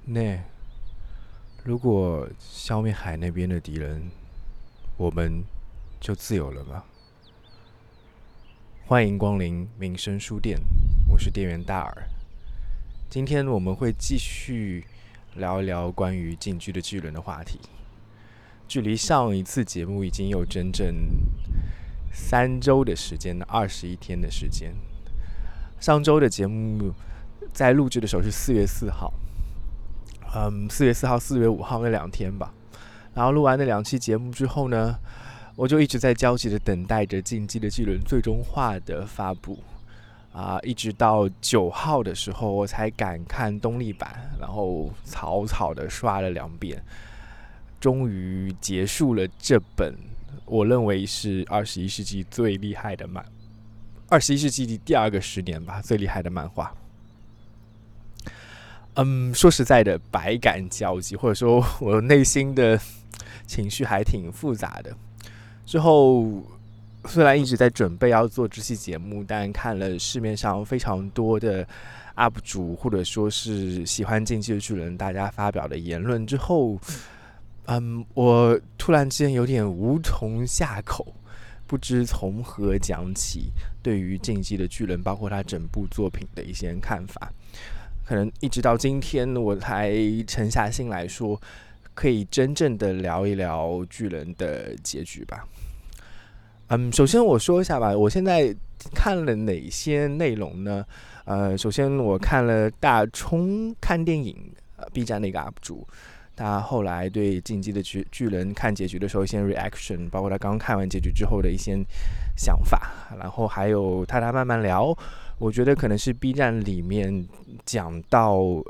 那如果消灭海那边的敌人，我们就自由了吗？欢迎光临民生书店，我是店员大耳。今天我们会继续聊一聊关于进击的巨人的话题。距离上一次节目已经有整整3周的时间了，21天的时间。上周的节目在录制的时候是4月4号，4月4号、4月5号那2天吧。然后录完那2期节目之后呢，我就一直在焦急的等待着《进击的巨人》最终话的发布一直到9号的时候，我才敢看动力版，然后草草的刷了2遍，终于结束了这本我认为是21世纪最厉害的21世纪第2个10年吧，最厉害的漫画。说实在的，百感交集，或者说我内心的情绪还挺复杂的。之后虽然一直在准备要做这期节目，但看了市面上非常多的 UP 主或者说是喜欢进击的巨人大家发表的言论之后，我突然之间有点无从下口，不知从何讲起对于进击的巨人包括他整部作品的一些看法。可能一直到今天我才沉下心来说，可以真正的聊一聊巨人的结局吧。首先我说一下吧，我现在看了哪些内容呢？首先我看了大冲看电影，B 站那个 UP 主，他后来对进击的巨人看结局的时候一些 reaction， 包括他刚看完结局之后的一些想法，然后还有他慢慢聊，我觉得可能是 B 站里面讲到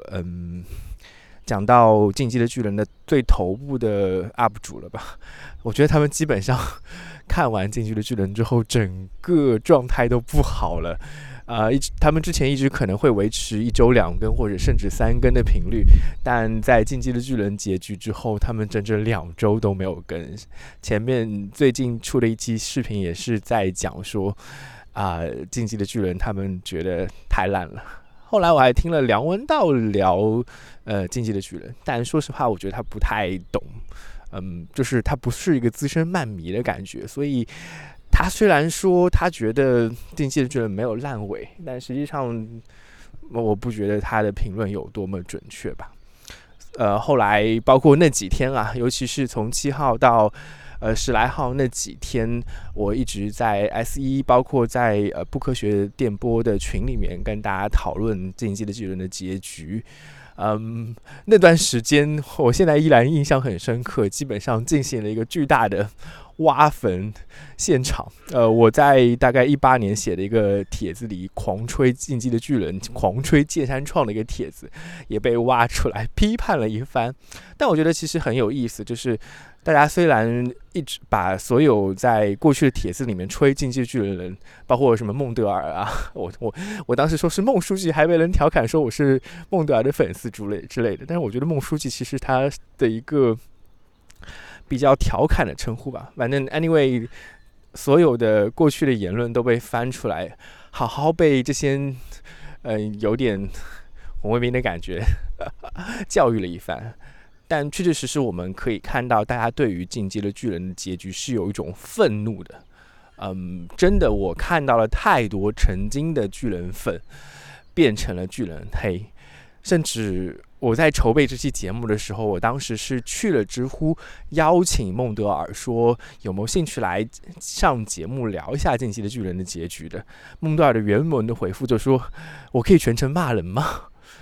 进击的巨人的最头部的 UP 主了吧。我觉得他们基本上看完进击的巨人之后，整个状态都不好了。他们之前一直可能会维持1周2更或者甚至3更的频率，但在进击的巨人结局之后，他们整整2周都没有更。前面最近出的一期视频也是在讲说进击的巨人他们觉得太烂了。后来我还听了梁文道聊进击的巨人，但说实话我觉得他不太懂，就是他不是一个资深漫迷的感觉，所以他虽然说他觉得进击的巨人没有烂尾，但实际上我不觉得他的评论有多么准确吧。后来包括那几天尤其是从7号到10来号那几天，我一直在 S1 包括在不科学电波的群里面跟大家讨论进击的巨人的结局。那段时间我现在依然印象很深刻，基本上进行了一个巨大的挖坟现场。我在大概18年写的一个帖子里狂吹进击的巨人，狂吹剑山创的一个帖子也被挖出来批判了一番。但我觉得其实很有意思，就是大家虽然一直把所有在过去的帖子里面吹进击的巨人的人，包括什么孟德尔我当时说是孟书记，还被人调侃说我是孟德尔的粉丝之类的。但是我觉得孟书记其实他的一个比较调侃的称呼吧。反正 anyway， 所有的过去的言论都被翻出来，好好被这些有点红卫兵的感觉教育了一番。但确确实实我们可以看到，大家对于进击的巨人的结局是有一种愤怒的。真的，我看到了太多曾经的巨人粉变成了巨人黑，甚至我在筹备这期节目的时候，我当时是去了知乎邀请孟德尔说有没有兴趣来上节目聊一下进击的巨人的结局的。孟德尔的原文的回复就说：“我可以全程骂人吗？”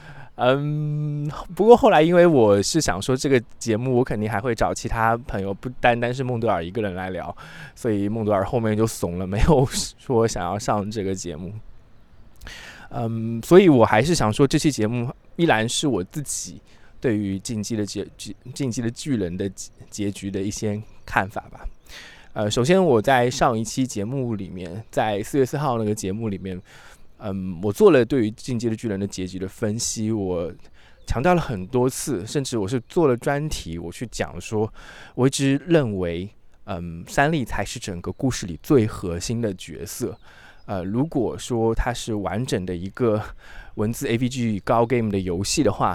不过后来因为我是想说这个节目我肯定还会找其他朋友，不单单是孟德尔一个人来聊，所以孟德尔后面就怂了，没有说想要上这个节目。所以我还是想说这期节目依然是我自己对于进击的巨人的结局的一些看法吧。首先我在上一期节目里面，在4月4号那个节目里面，我做了对于进击的巨人的结局的分析，我强调了很多次，甚至我是做了专题，我去讲说，我一直认为，三笠才是整个故事里最核心的角色。如果说它是完整的一个文字 AVG 高 game 的游戏的话，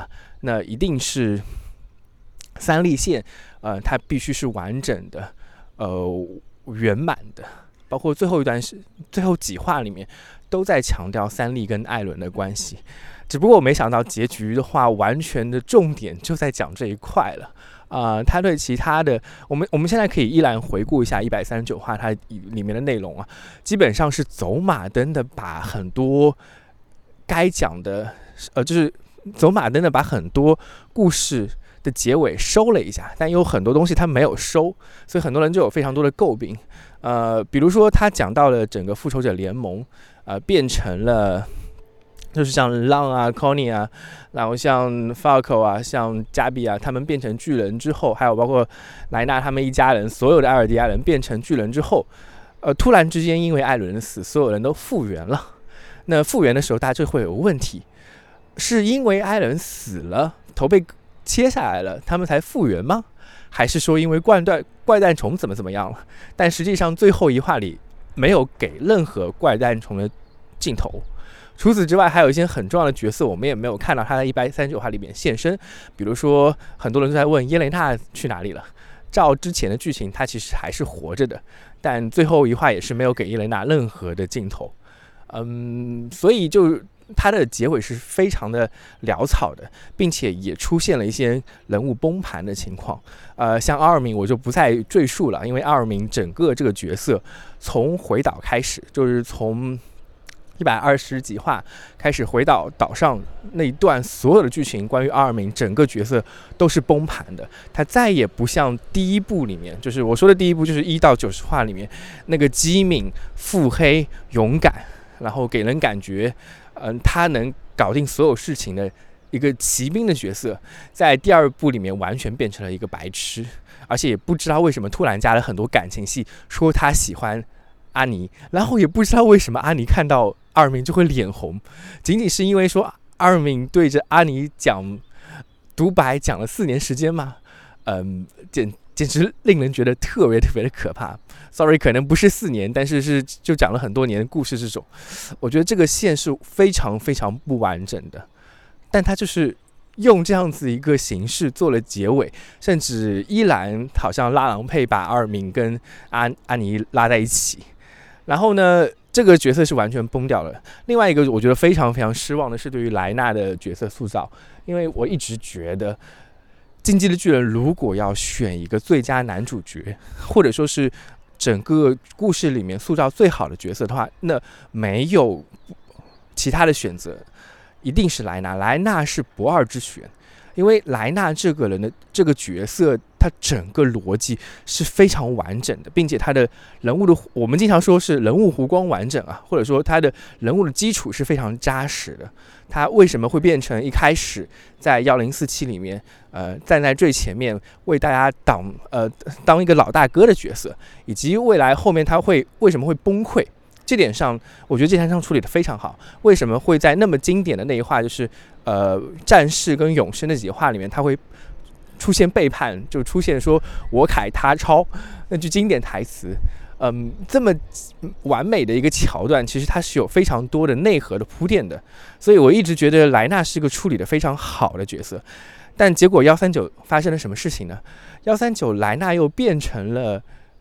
那一定是三立线，它必须是完整的，圆满的。包括最后几话里面都在强调三立跟艾伦的关系，只不过我没想到结局的话，完全的重点就在讲这一块了。他对其他的，我们现在可以依然回顾一下139话它里面的内容啊，基本上是走马灯的把很多该讲的，就是走马灯的把很多故事的结尾收了一下，但有很多东西他没有收，所以很多人就有非常多的诟病。比如说他讲到了整个复仇者联盟，变成了就是像浪啊、Connie 啊，然后像 Falco 啊、像加比啊，他们变成巨人之后，还有包括莱纳他们一家人，所有的艾尔迪亚人变成巨人之后，突然之间因为艾伦的死，所有人都复原了。那复原的时候，大家就会有问题，是因为艾伦死了，头被切下来了，他们才复原吗？还是说因为怪诞虫怎么样了？但实际上最后一话里没有给任何怪诞虫的镜头。除此之外，还有一些很重要的角色，我们也没有看到他在139话里面现身。比如说，很多人都在问耶雷娜去哪里了。照之前的剧情，他其实还是活着的，但最后一话也是没有给耶雷娜任何的镜头。所以就它的结尾是非常的潦草的，并且也出现了一些人物崩盘的情况。像阿尔敏我就不再赘述了，因为阿尔敏整个这个角色从回岛开始，就是从120几话开始回到岛上那一段，所有的剧情关于阿尔敏整个角色都是崩盘的。他再也不像第一部里面，就是我说的第一部，就是1到90话里面那个机敏、腹黑、勇敢，然后给人感觉他能搞定所有事情的一个骑兵的角色，在第二部里面完全变成了一个白痴，而且也不知道为什么突然加了很多感情戏，说他喜欢阿尼，然后也不知道为什么阿尼看到阿尔敏就会脸红，仅仅是因为说阿尔敏对着阿尼讲独白讲了4年时间嘛，简直令人觉得特别的可怕。Sorry， 可能不是4年，但是就讲了很多年的故事这种，我觉得这个线是非常非常不完整的。但他就是用这样子一个形式做了结尾，甚至依然好像拉郎配把阿尔敏跟阿尼拉在一起。然后呢，这个角色是完全崩掉了。另外一个我觉得非常非常失望的是对于莱纳的角色塑造，因为我一直觉得进击的巨人如果要选一个最佳男主角，或者说是整个故事里面塑造最好的角色的话，那没有其他的选择，一定是莱纳。莱纳是不二之选，因为莱纳这个人的这个角色，他整个逻辑是非常完整的，并且他的人物的，我们经常说是人物弧光完整啊，或者说他的人物的基础是非常扎实的。他为什么会变成一开始在1047里面，站在最前面为大家当一个老大哥的角色，以及未来后面他为什么会崩溃？这点上，我觉得这台上处理的非常好。为什么会在那么经典的那一话，就是战士跟勇士那几话里面，他会出现背叛，就出现说我凯他超那句经典台词。这么完美的一个桥段，其实它是有非常多的内核的铺垫的，所以我一直觉得莱纳是个处理的非常好的角色。但结果139发生了什么事情呢？139莱纳又变成了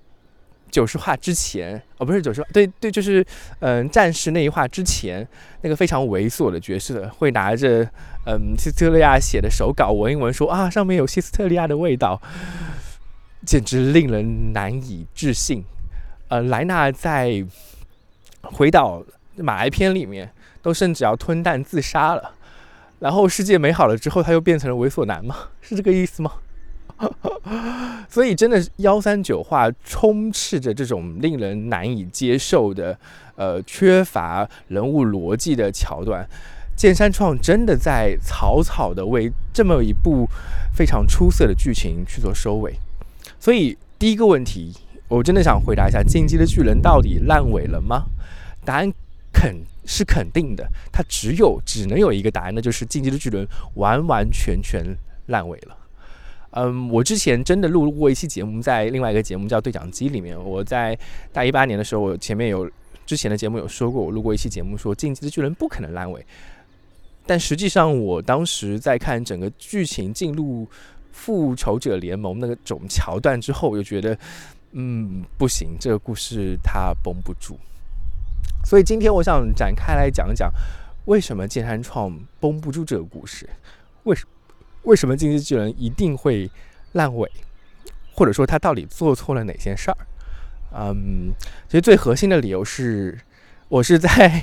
90话之前，不是90话，对，就是战士那一话之前那个非常猥琐的角色，会拿着希斯特利亚写的手稿闻一闻，说啊上面有希斯特利亚的味道，简直令人难以置信。莱纳在回岛马来篇里面都甚至要吞弹自杀了，然后世界美好了之后他又变成了猥琐男吗？是这个意思吗？所以真的139话充斥着这种令人难以接受的缺乏人物逻辑的桥段。剑山创真的在草草的为这么一部非常出色的剧情去做收尾。所以第一个问题，我真的想回答一下，进击的巨人到底烂尾了吗？答案是肯定的，它只能有一个答案，那就是进击的巨人完完全全烂尾了。我之前真的录过一期节目，在另外一个节目叫对讲机里面，我在大18年的时候，我之前的节目有说过，我录过一期节目说进击的巨人不可能烂尾。 但实际上我当时在看整个剧情进入复仇者联盟那种桥段之后，我就觉得不行，这个故事它绷不住。所以今天我想展开来讲讲，为什么剑山创绷不住这个故事，为什么进击巨人一定会烂尾，或者说他到底做错了哪些事儿。其实最核心的理由是，我是在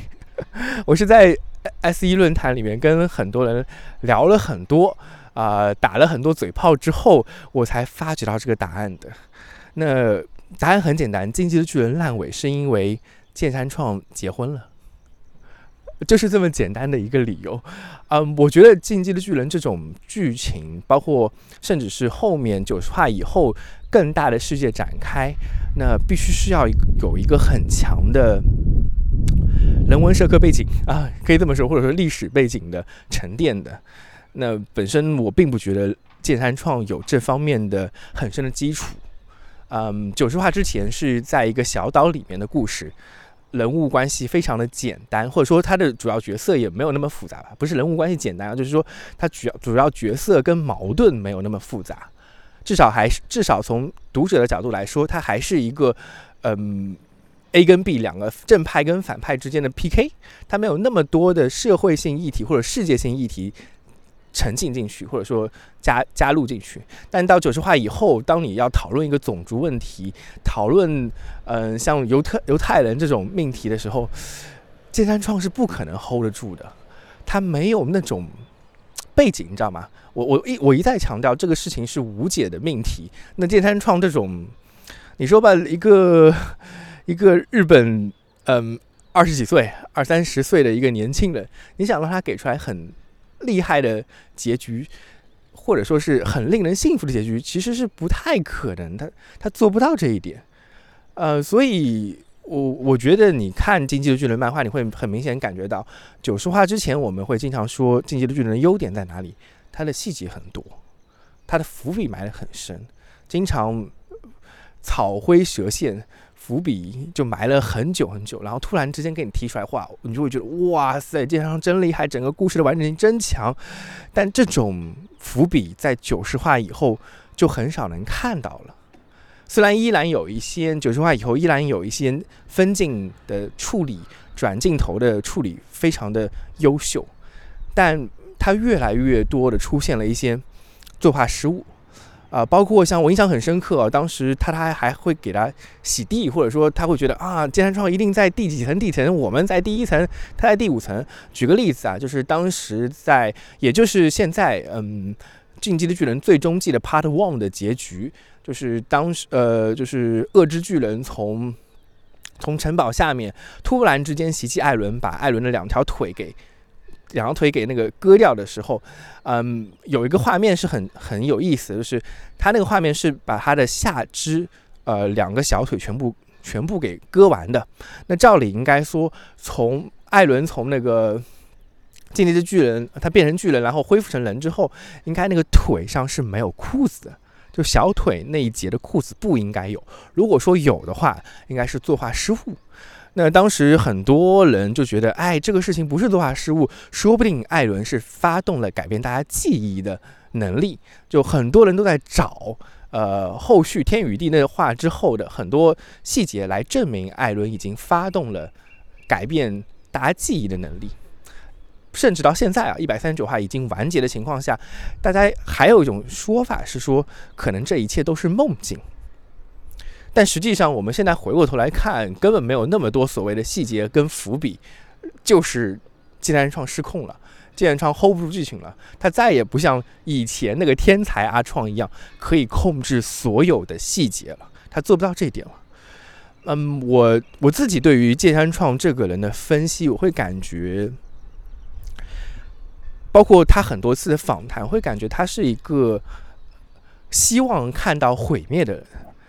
S1论坛里面跟很多人聊了很多打了很多嘴炮之后，我才发觉到这个答案的。那答案很简单，进击的巨人烂尾是因为剑山创结婚了，就是这么简单的一个理由。我觉得进击的巨人这种剧情，包括甚至是后面90话以后更大的世界展开，那必须是要有一个很强的人文社科背景可以这么说，或者说历史背景的沉淀的。那本身我并不觉得剑山创有这方面的很深的基础。90话之前是在一个小岛里面的故事，人物关系非常的简单，或者说他的主要角色也没有那么复杂吧，不是人物关系简单就是说他主要角色跟矛盾没有那么复杂，至少从读者的角度来说，它还是一个A 跟 B 两个正派跟反派之间的 PK， 它没有那么多的社会性议题或者世界性议题沉浸进去，或者说加入进去。但到90话以后，当你要讨论一个种族问题，讨论像犹太人这种命题的时候，剑山创是不可能 hold 得住的，他没有那种背景，你知道吗？我一再强调这个事情是无解的命题。那剑山创这种，你说吧，一个日本20几岁、20-30岁的一个年轻人，你想让他给出来很厉害的结局，或者说是很令人信服的结局，其实是不太可能的，他做不到这一点。所以我觉得你看《进击的巨人》漫画，你会很明显感觉到90话之前我们会经常说《进击的巨人》的优点在哪里，它的细节很多，它的伏笔埋得很深，经常草灰蛇线，伏笔就埋了很久很久，然后突然之间给你提出来话，你就会觉得哇塞，剑山创真厉害，整个故事的完整性真强。但这种伏笔在90话以后就很少能看到了。虽然依然有一些90话以后依然有一些分镜的处理、转镜头的处理非常的优秀，但它越来越多的出现了一些作画失误。包括像我印象很深刻当时他还会给他洗地，或者说他会觉得剑山创一定在第几层，我们在第1层，他在第5层。举个例子就是当时也就是现在进击的巨人最终季的 Part 1 的结局，就是当时就是恶之巨人从城堡下面突然之间袭击艾伦，把艾伦的两条腿给那个割掉的时候，有一个画面是很有意思的，就是他那个画面是把他的下肢2个小腿全部给割完的。那照理应该说，艾伦从那个进击的巨人他变成巨人然后恢复成人之后，应该那个腿上是没有裤子的，就小腿那一节的裤子不应该有，如果说有的话应该是作画失误。那当时很多人就觉得这个事情不是作画失误，说不定艾伦是发动了改变大家记忆的能力，就很多人都在找后续天与地那话之后的很多细节来证明艾伦已经发动了改变大家记忆的能力。甚至到现在139话已经完结的情况下，大家还有一种说法是说，可能这一切都是梦境。但实际上我们现在回过头来看，根本没有那么多所谓的细节跟伏笔，就是剑山创失控了，剑山创 hold 不住剧情了，他再也不像以前那个天才阿创一样可以控制所有的细节了，他做不到这一点了。我自己对于剑山创这个人的分析，我会感觉，包括他很多次的访谈，会感觉他是一个希望看到毁灭的人。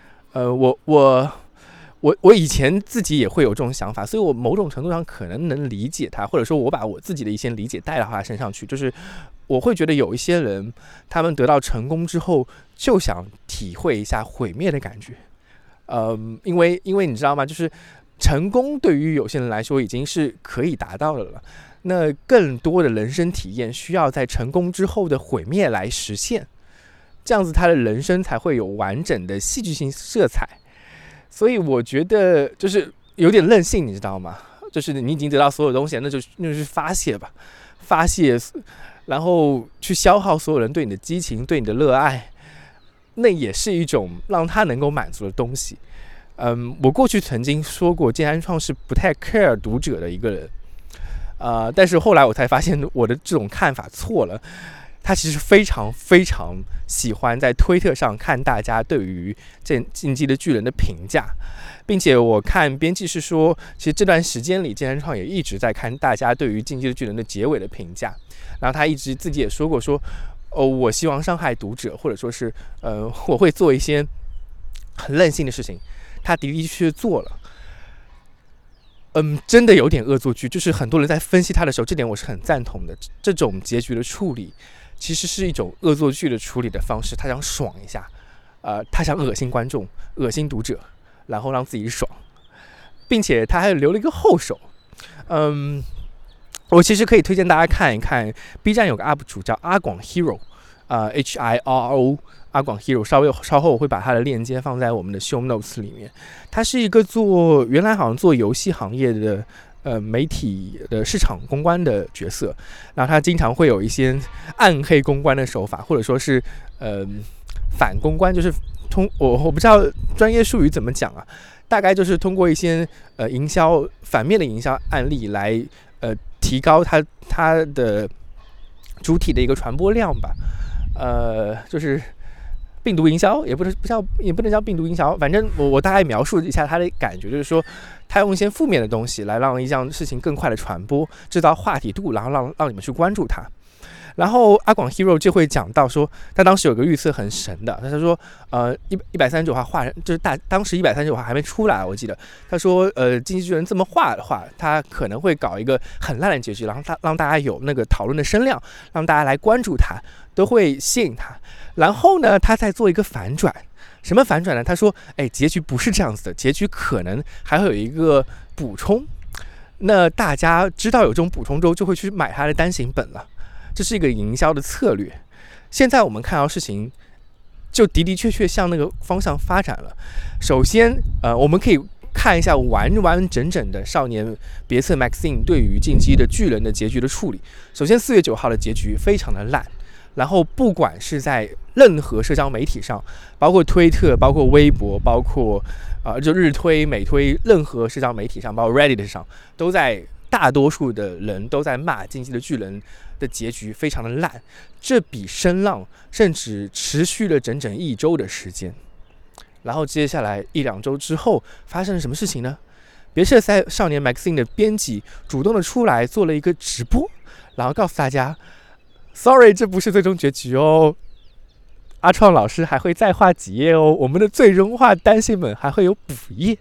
我以前自己也会有这种想法，所以我某种程度上可能能理解他，或者说我把我自己的一些理解带到他身上去，就是我会觉得有一些人，他们得到成功之后就想体会一下毁灭的感觉。因为你知道吗？就是成功对于有些人来说已经是可以达到的了。 那更多的人生体验需要在成功之后的毁灭来实现，这样子他的人生才会有完整的戏剧性色彩。所以我觉得就是有点任性，你知道吗？就是你已经得到所有东西，那就是发泄吧，发泄，然后去消耗所有人对你的激情，对你的热爱，那也是一种让他能够满足的东西。我过去曾经说过，建安创是不太 care 读者的一个人，但是后来我才发现我的这种看法错了。他其实非常非常喜欢在推特上看大家对于进击的巨人的评价，并且我看编辑是说，其实这段时间里，建安创也一直在看大家对于进击的巨人的结尾的评价。然后他一直自己也说过说，我希望伤害读者，或者说是我会做一些很任性的事情。他的的确确做了。真的有点恶作剧，就是很多人在分析他的时候，这点我是很赞同的。这种结局的处理其实是一种恶作剧的处理的方式，他想爽一下，他想恶心观众、恶心读者，然后让自己爽，并且他还留了一个后手。我其实可以推荐大家看一看 B 站有个 UP 主叫阿广 Hero，HIRO。阿广 Hero， 稍后我会把他的链接放在我们的 Show Notes 里面。他是一个原来好像做游戏行业的媒体的市场公关的角色，然后他经常会有一些暗黑公关的手法，或者说是反公关，就是我不知道专业术语怎么讲啊，大概就是通过一些营销反面的营销案例来提高他的主体的一个传播量吧，就是病毒营销也不能叫病毒营销，反正我大概描述一下他的感觉，就是说他用一些负面的东西来让一项事情更快的传播，制造话题度，然后让你们去关注它。然后阿广 Hero 就会讲到说，他当时有个预测很神的，他说139话画，就是当时139话还没出来，我记得他说进击巨人这么画的话，他可能会搞一个很烂的结局，然后让大家有那个讨论的声量，让大家来关注他，都会吸引他。然后呢，他再做一个反转，什么反转呢？他说结局不是这样子的，结局可能还会有一个补充，那大家知道有这种补充之后，就会去买他的单行本了。这是一个营销的策略。现在我们看到事情就的确确向那个方向发展了。首先我们可以看一下完整的少年别册 Magazine 对于进击的巨人的结局的处理。首先4月9号的结局非常的烂，然后不管是在任何社交媒体上，包括推特，包括微博，包括就日推美推，任何社交媒体上，包括 Reddit 上，大多数的人都在骂进击的巨人的结局非常的烂。这笔声浪甚至持续了整整1周的时间。然后接下来1-2周之后发生了什么事情呢？别册少年 Magazine 的编辑主动的出来做了一个直播，然后告诉大家 Sorry， 这不是最终结局哦，阿创老师还会再画几页哦，我们的最终画单行本还会有补页。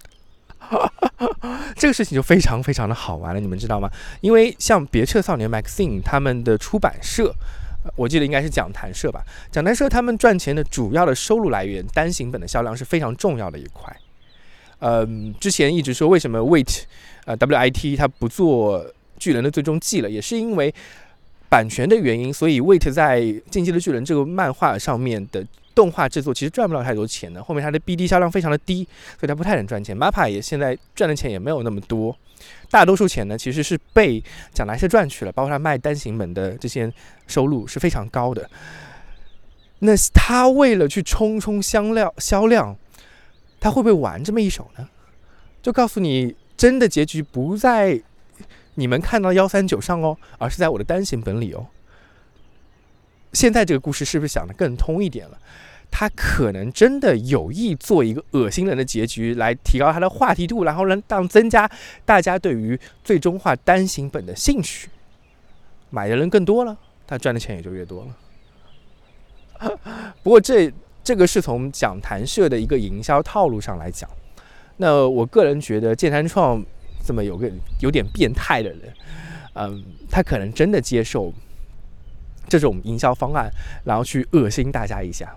这个事情就非常非常的好玩了，你们知道吗？因为像别册少年 Magazine 他们的出版社，我记得应该是讲谈社吧，讲谈社他们赚钱的主要的收入来源，单行本的销量是非常重要的一块。之前一直说为什么 WIT 他不做巨人的最终季了，也是因为版权的原因，所以 WIT 在进击的巨人这个漫画上面的动画制作其实赚不了太多钱的，后面它的 BD 销量非常的低，所以它不太能赚钱。MAPPA 也现在赚的钱也没有那么多，大多数钱呢其实是被讲台社赚去了，包括他卖单行本的这些收入是非常高的。那他为了去冲销量，他会不会玩这么一手呢？就告诉你，真的结局不在你们看到139上哦，而是在我的单行本里哦。现在这个故事是不是想得更通一点了？他可能真的有意做一个恶心人的结局，来提高他的话题度，然后增加大家对于最终话单行本的兴趣，买的人更多了，他赚的钱也就越多了。不过这个是从讲谈社的一个营销套路上来讲，那我个人觉得剑潭创这么有点变态的人，他可能真的接受这种营销方案，然后去恶心大家一下。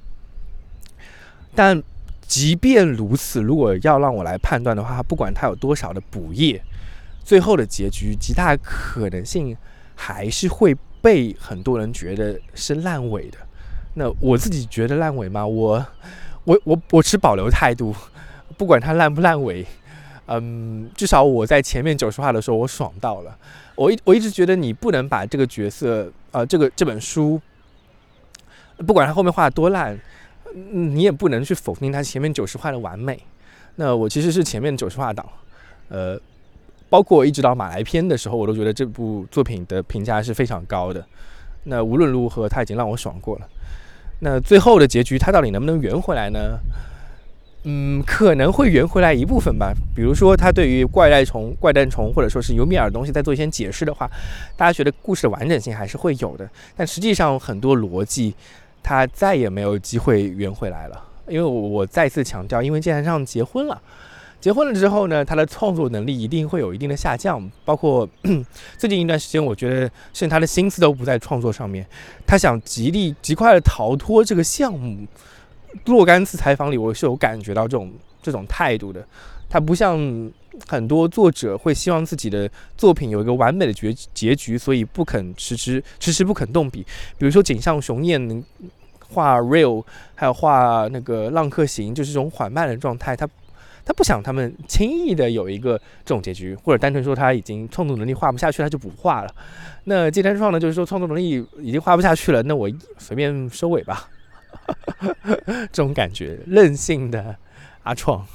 但即便如此，如果要让我来判断的话，不管他有多少的补页， 最后的结局极大可能性还是会被很多人觉得是烂尾的。那我自己觉得烂尾吗？我持保留态度，不管它烂不烂尾，至少我在前面90话的时候我爽到了。我一直觉得你不能把这个角色，这本书，不管它后面画得多烂，你也不能去否定它前面90话的完美。那我其实是前面90话党，包括一直到马来篇的时候，我都觉得这部作品的评价是非常高的。那无论如何，它已经让我爽过了。那最后的结局，它到底能不能圆回来呢？可能会圆回来一部分吧。比如说，他对于怪诞虫或者说是尤米尔的东西再做一些解释的话，大家觉得故事的完整性还是会有的。但实际上，很多逻辑他再也没有机会圆回来了。因为我再次强调，因为剑山上结婚了之后呢，他的创作能力一定会有一定的下降。包括最近一段时间，我觉得甚至他的心思都不在创作上面，他想极快的逃脱这个项目。若干次采访里，我是有感觉到这种态度的。他不像很多作者会希望自己的作品有一个完美的结局，所以不肯迟迟不肯动笔。比如说井上雄彦画 Real， 还有画那个浪客行，就是这种缓慢的状态，他不想他们轻易的有一个这种结局，或者单纯说他已经创作能力画不下去，他就不画了。那芥川创呢，就是说创作能力已经画不下去了，那我随便收尾吧。这种感觉，任性的阿创，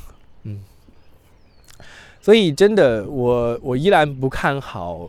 所以真的，我依然不看好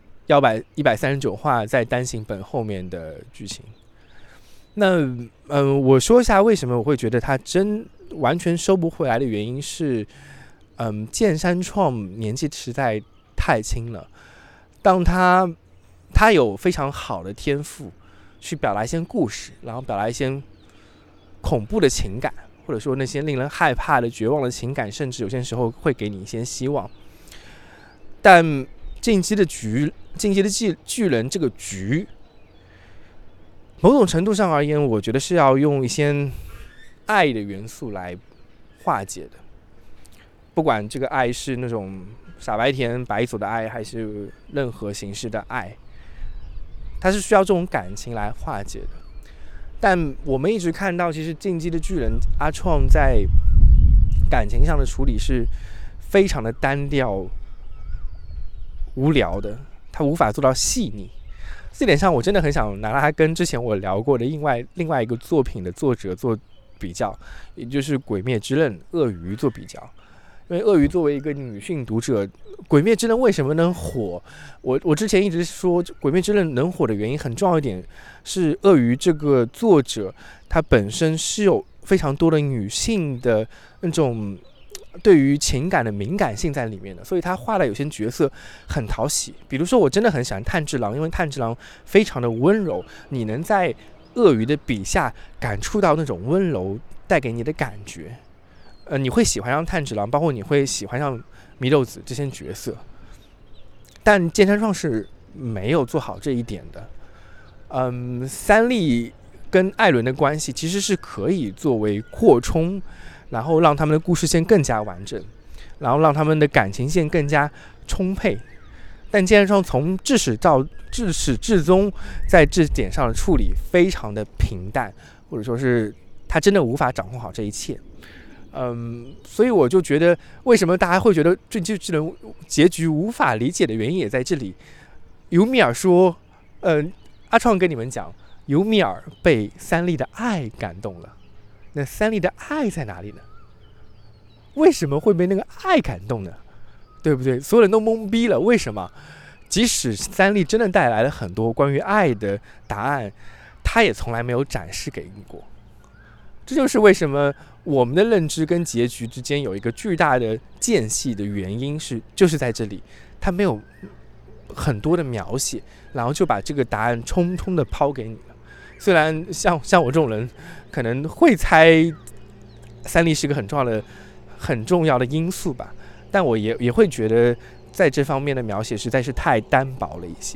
139话在单行本后面的剧情。那我说一下为什么我会觉得他完全收不回来的原因是，剑山创年纪实在太轻了，当他有非常好的天赋去表达一些故事，然后表达一些恐怖的情感，或者说那些令人害怕的绝望的情感，甚至有些时候会给你一些希望。但进击的巨人这个局，某种程度上而言，我觉得是要用一些爱的元素来化解的。不管这个爱是那种傻白甜白左的爱，还是任何形式的爱，它是需要这种感情来化解的。但我们一直看到，其实进击的巨人阿创在感情上的处理是非常的单调无聊的，他无法做到细腻。这点上我真的很想拿它跟之前我聊过的另外一个作品的作者做比较，也就是《鬼灭之刃》鳄鱼做比较。因为鳄鱼作为一个女性读者，《鬼灭之刃》为什么能火？我之前一直说，《鬼灭之刃》能火的原因很重要一点是，鳄鱼这个作者她本身是有非常多的女性的那种对于情感的敏感性在里面的，所以她画的有些角色很讨喜。比如说，我真的很喜欢炭治郎，因为炭治郎非常的温柔，你能在鳄鱼的笔下感触到那种温柔带给你的感觉。你会喜欢上炭治郎，包括你会喜欢上祢豆子这些角色，但剑山创是没有做好这一点的。三笠跟艾伦的关系其实是可以作为扩充，然后让他们的故事线更加完整，然后让他们的感情线更加充沛。但剑山创从至始至终在这点上的处理非常的平淡，或者说是他真的无法掌控好这一切。所以我就觉得，为什么大家会觉得进击巨人结局无法理解的原因也在这里。尤米尔说，阿创跟你们讲，尤米尔被三笠的爱感动了。那三笠的爱在哪里呢？为什么会被那个爱感动呢？对不对？所有人都懵逼了，为什么？即使三笠真的带来了很多关于爱的答案，他也从来没有展示给你过。这就是为什么我们的认知跟结局之间有一个巨大的间隙的原因就是在这里，他没有很多的描写，然后就把这个答案匆匆的抛给你了。虽然像我这种人可能会猜三笠是个很重要的因素吧，但我也会觉得在这方面的描写实在是太单薄了一些。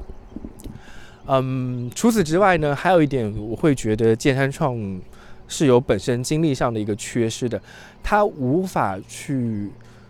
除此之外呢，还有一点我会觉得剑山创是有本身经历上的一个缺失的，他无法去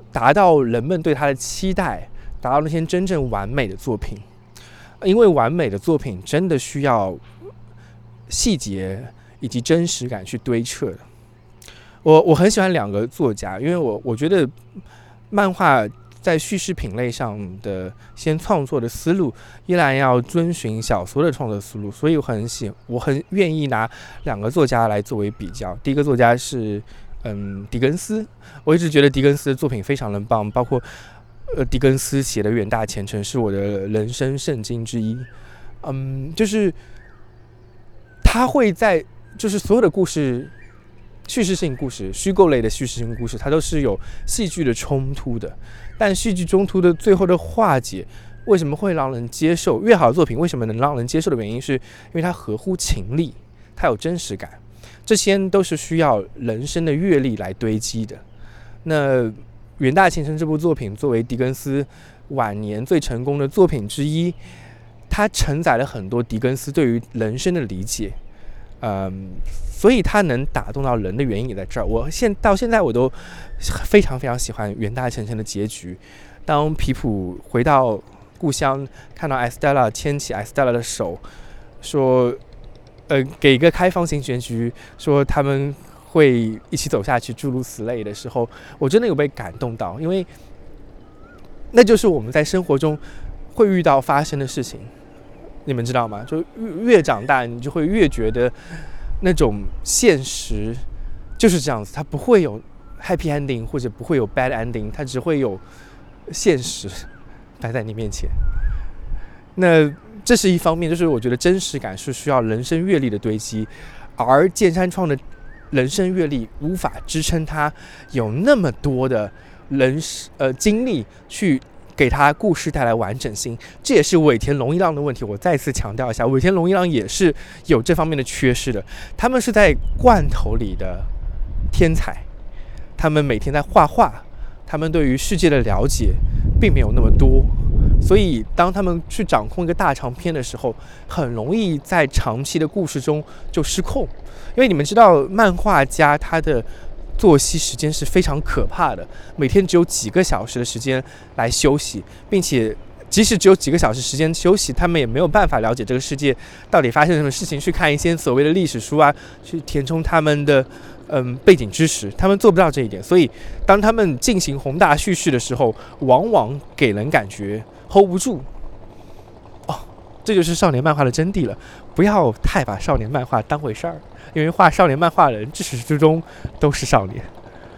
达到人们对他的期待，达到那些真正完美的作品。因为完美的作品真的需要细节以及真实感去堆砌的。我很喜欢两个作家，因为我觉得漫画在叙事品类上的先创作的思路依然要遵循小说的创作思路，所以我很愿意拿两个作家来作为比较。第一个作家是狄更斯，我一直觉得狄更斯的作品非常的棒，包括狄更斯写的《远大前程》是我的人生圣经之一。就是他会在就是所有的故事，叙事性故事、虚构类的叙事性故事，它都是有戏剧的冲突的。但戏剧冲突的最后的化解，为什么会让人接受？越好的作品为什么能让人接受的原因，是因为它合乎情理，它有真实感。这些都是需要人生的阅历来堆积的。那《远大前程》这部作品作为狄更斯晚年最成功的作品之一，它承载了很多狄更斯对于人生的理解。所以它能打动到人的原因也在这儿。到现在我都非常非常喜欢《远大前程》的结局。当皮普回到故乡，看到艾斯黛拉牵起艾斯黛拉的手，说给一个开放性结局，说他们会一起走下去，诸如此类的时候，我真的有被感动到，因为那就是我们在生活中会遇到发生的事情。你们知道吗？就越长大，你就会越觉得那种现实就是这样子，它不会有 happy ending 或者不会有 bad ending， 它只会有现实摆在你面前。那这是一方面，就是我觉得真实感是需要人生阅历的堆积，而剑山创的人生阅历无法支撑他有那么多的经历去给他故事带来完整性。这也是尾田荣一郎的问题。我再次强调一下，尾田荣一郎也是有这方面的缺失的。他们是在罐头里的天才，他们每天在画画，他们对于世界的了解并没有那么多，所以当他们去掌控一个大长篇的时候，很容易在长期的故事中就失控。因为你们知道，漫画家他的作息时间是非常可怕的，每天只有几个小时的时间来休息，并且即使只有几个小时时间休息，他们也没有办法了解这个世界到底发生什么事情，去看一些所谓的历史书啊，去填充他们的背景知识，他们做不到这一点。所以当他们进行宏大叙事的时候，往往给人感觉 hold 不住。这就是少年漫画的真谛了，不要太把少年漫画当回事儿，因为画少年漫画的人至始至终都是少年。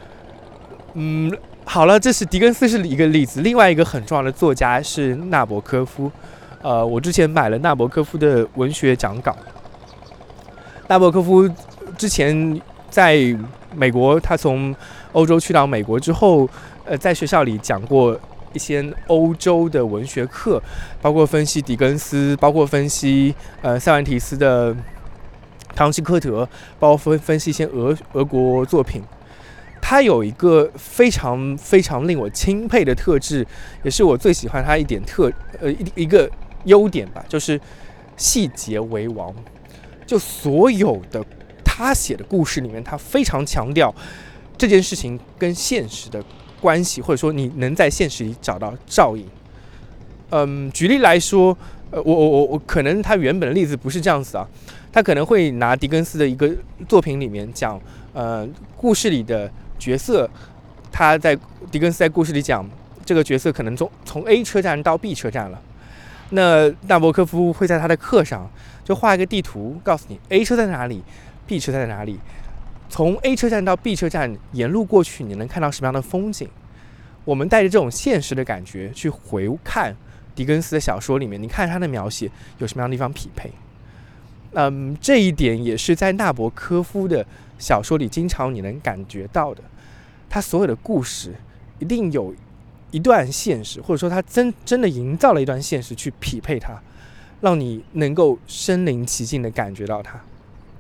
好了，这是狄更斯是一个例子，另外一个很重要的作家是纳博科夫。我之前买了纳博科夫的文学讲稿。纳博科夫之前在美国，他从欧洲去到美国之后，在学校里讲过一些欧洲的文学课，包括分析狄更斯，包括分析塞万提斯的《堂吉诃德》，包括分析一些俄国作品。他有一个非常非常令我钦佩的特质，也是我最喜欢他一个优点吧，就是细节为王。就所有的他写的故事里面，他非常强调这件事情跟现实的关系，或者说你能在现实里找到照应。举例来说，我可能他原本的例子不是这样子啊，他可能会拿狄更斯的一个作品里面讲，故事里的角色，狄更斯在故事里讲这个角色可能从 A 车站到 B 车站了，那纳博科夫会在他的课上就画一个地图，告诉你 A 车在哪里 ，B 车在哪里。从 A 车站到 B 车站沿路过去，你能看到什么样的风景？我们带着这种现实的感觉去回看狄更斯的小说里面，你看他的描写有什么样的地方匹配？这一点也是在纳博科夫的小说里经常你能感觉到的。他所有的故事一定有一段现实，或者说他真的营造了一段现实去匹配它，让你能够身临其境的感觉到它。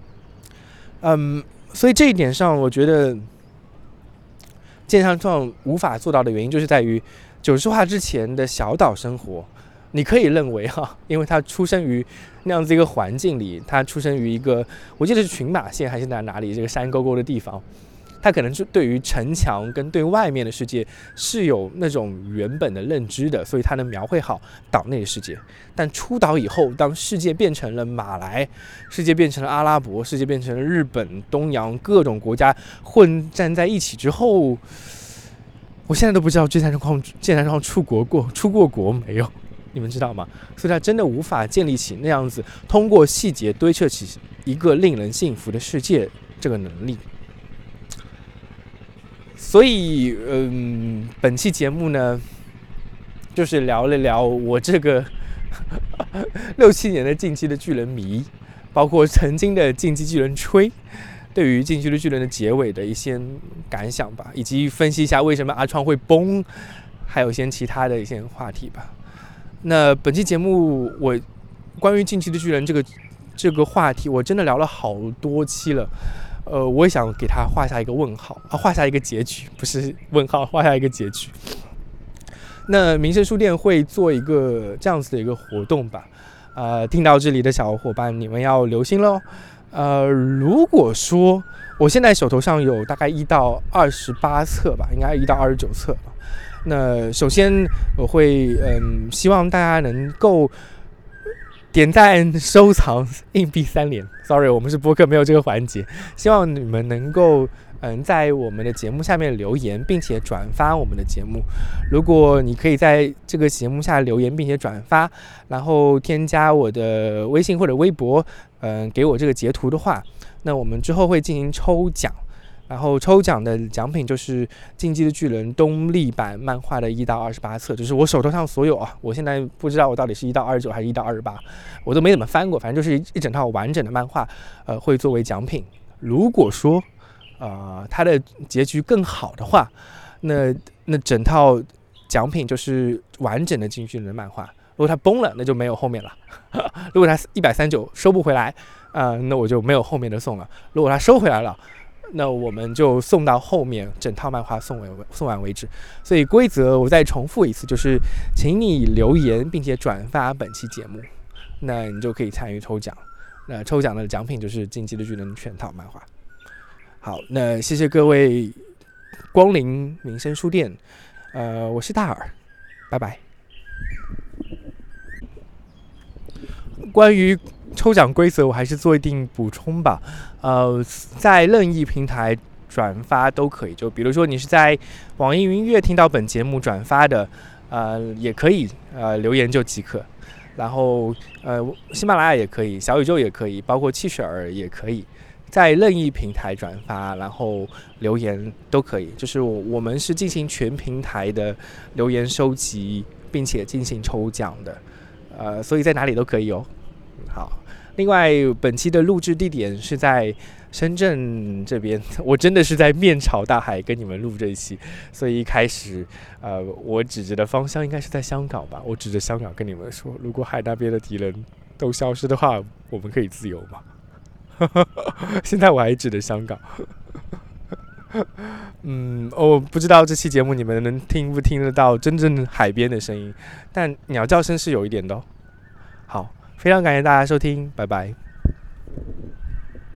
所以这一点上，我觉得剑山创无法做到的原因，就是在于九十话之前的小岛生活。你可以认为因为他出生于那样子一个环境里，他出生于一个我记得是群马县还是哪里这个山沟沟的地方， 他可能是对于城墙跟对外面的世界是有那种原本的认知的，所以他能描绘好岛内的世界。但出岛以后，当世界变成了马来，世界变成了阿拉伯，世界变成了日本、东洋各种国家混战在一起之后，我现在都不知道这战况出过国没有，你们知道吗？所以他真的无法建立起那样子通过细节堆砌起一个令人信服的世界这个能力。所以本期节目呢，就是聊了聊我这个6-7年的进击的巨人迷，包括曾经的进击巨人吹对于进击的巨人的结尾的一些感想吧，以及分析一下为什么阿创会崩，还有一些其他的一些话题吧。那本期节目我关于进击的巨人这个话题，我真的聊了好多期了。我也想给他画下一个问号画下一个结局，不是问号，画下一个结局。那民生书店会做一个这样子的一个活动吧。听到这里的小伙伴，你们要留心咯。如果说我现在手头上有大概1到28册吧，应该1到29册吧。那首先我会希望大家能够点赞、收藏、硬币3连。Sorry， 我们是播客，没有这个环节。希望你们能够在我们的节目下面留言，并且转发我们的节目。如果你可以在这个节目下留言并且转发，然后添加我的微信或者微博，给我这个截图的话，那我们之后会进行抽奖。然后抽奖的奖品就是《进击的巨人》东立版漫画的1到28册，就是我手头上所有我现在不知道我到底是1到29还是1到28，我都没怎么翻过，反正就是一整套完整的漫画，会作为奖品。如果说它的结局更好的话，那整套奖品就是完整的进击巨人的漫画。如果它崩了，那就没有后面了。如果它139收不回来，那我就没有后面的送了。如果它收回来了，那我们就送到后面，整套漫画送完为止。所以规则我再重复一次，就是请你留言并且转发本期节目，那你就可以参与抽奖。那抽奖的奖品就是《进击的巨人》全套漫画。好，那谢谢各位光临民生书店，我是大耳，拜拜。关于抽奖规则我还是做一定补充吧。在任意平台转发都可以，就比如说你是在网易云音乐听到本节目转发的，也可以留言就即可。然后喜马拉雅也可以，小宇宙也可以，包括汽水儿也可以，在任意平台转发然后留言都可以。就是我们是进行全平台的留言收集，并且进行抽奖的，所以在哪里都可以哦。好，另外本期的录制地点是在深圳这边，我真的是在面朝大海跟你们录这一期，所以一开始我指着的方向应该是在香港吧，我指着香港跟你们说，如果海那边的敌人都消失的话，我们可以自由吗？现在我还指着香港。我不知道这期节目你们能听不听得到真正海边的声音，但鸟叫声是有一点的哦。好，非常感谢大家收听，拜拜。